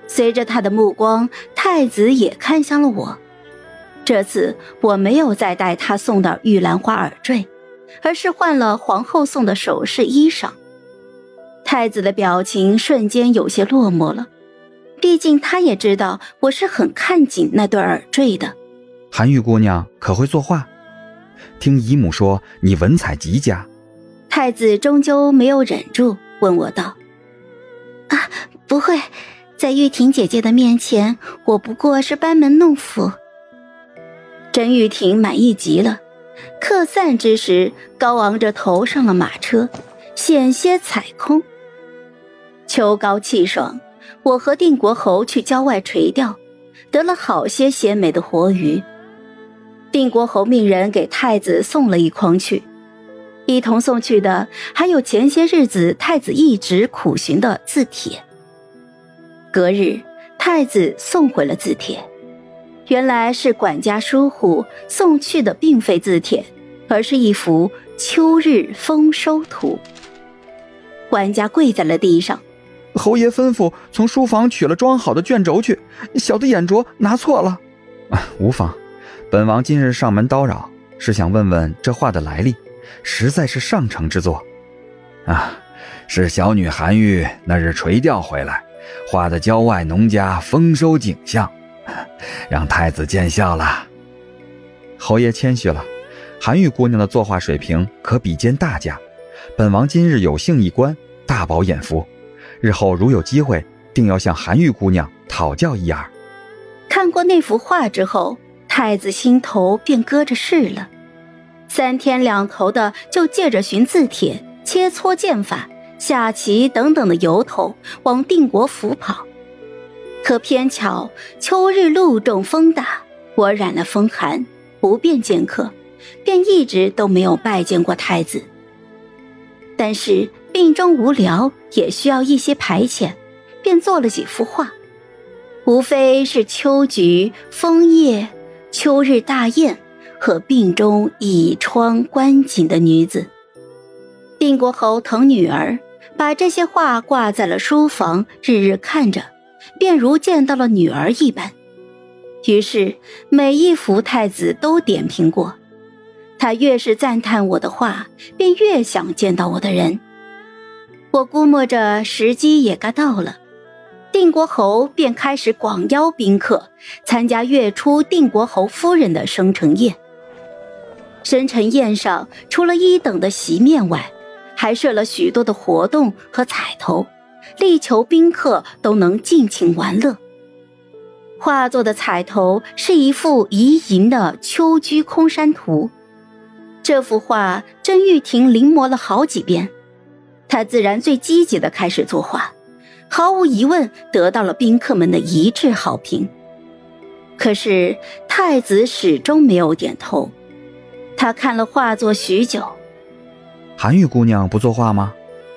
随着他的目光，太子也看向了我。这次我没有再带他送的玉兰花耳坠，而是换了皇后送的首饰衣裳。太子的表情瞬间有些落寞了，毕竟他也知道我是很看紧那对耳坠的。 韩玉姑娘可会作画？听姨母说你文采极佳。 太子终究没有忍住问我道：不会，在玉婷姐姐的面前，我不过是班门弄斧。甄玉婷满意极了，客散之时，高昂着头上了马车，险些踩空。秋高气爽，我和定国侯去郊外垂钓，得了好些鲜美的活鱼。定国侯命人给太子送了一筐去，一同送去的还有前些日子太子一直苦寻的字帖。隔日，太子送回了字帖，原来是管家疏忽，送去的并非字帖，而是一幅秋日丰收图。管家跪在了地上： 侯爷吩咐从书房取了装好的卷轴去，小的眼拙拿错了。无妨，本王今日上门叨扰，是想问问这画的来历，实在是上乘之作。是小女韩玉那日垂钓回来，画的郊外农家丰收景象，让太子见笑了。侯爷谦虚了，韩玉姑娘的作画水平可比肩大家，本王今日有幸一观，大饱眼福，日后如有机会，定要向韩玉姑娘讨教一二。 看过那幅画之后，太子心头便搁着事了，三天两头的就借着寻字帖、切磋剑法、下棋等等的由头往定国府跑。可偏巧秋日露重风大，我染了风寒，不便见客，便一直都没有拜见过太子。但是病中无聊，也需要一些排遣，便做了几幅画，无非是秋菊、枫叶、秋日大雁和病中倚窗观景的女子。定国侯疼女儿，把这些画挂在了书房，日日看着，便如见到了女儿一般。于是每一幅太子都点评过，他越是赞叹我的画，便越想见到我的人。我估摸着时机也该到了，定国侯便开始广邀宾客参加月初定国侯夫人的生辰宴。生辰宴上除了一等的席面外，还设了许多的活动和彩头，力求宾客都能尽情玩乐。画作的彩头是一幅宜吟的秋居空山图，这幅画甄玉婷临摹了好几遍，她自然最积极地开始作画，毫无疑问得到了宾客们的一致好评。可是太子始终没有点头，他看了画作许久。 韩玉姑娘不作画吗？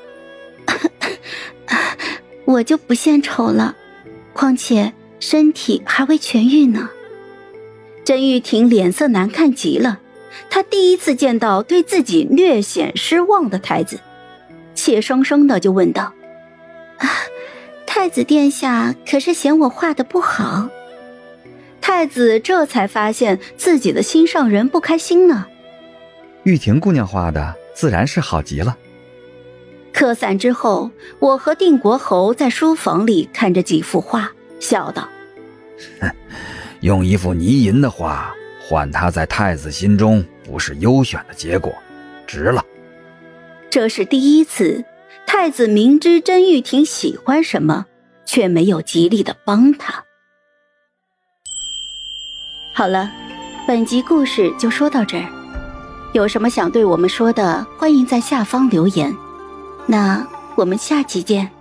我就不献丑了，况且身体还未痊愈呢。甄玉婷脸色难看极了，她第一次见到对自己略显失望的太子，怯生生的就问道：太子殿下可是嫌我画得不好？太子这才发现自己的心上人不开心呢。 玉婷姑娘画的自然是好极了。 客散之后，我和定国侯在书房里看着几幅画，笑道： 用一幅泥银的画换他在太子心中不是优选的结果，值了。 这是第一次太子明知甄玉婷喜欢什么，却没有极力的帮他。好了，本集故事就说到这儿，有什么想对我们说的，欢迎在下方留言。那我们下期见。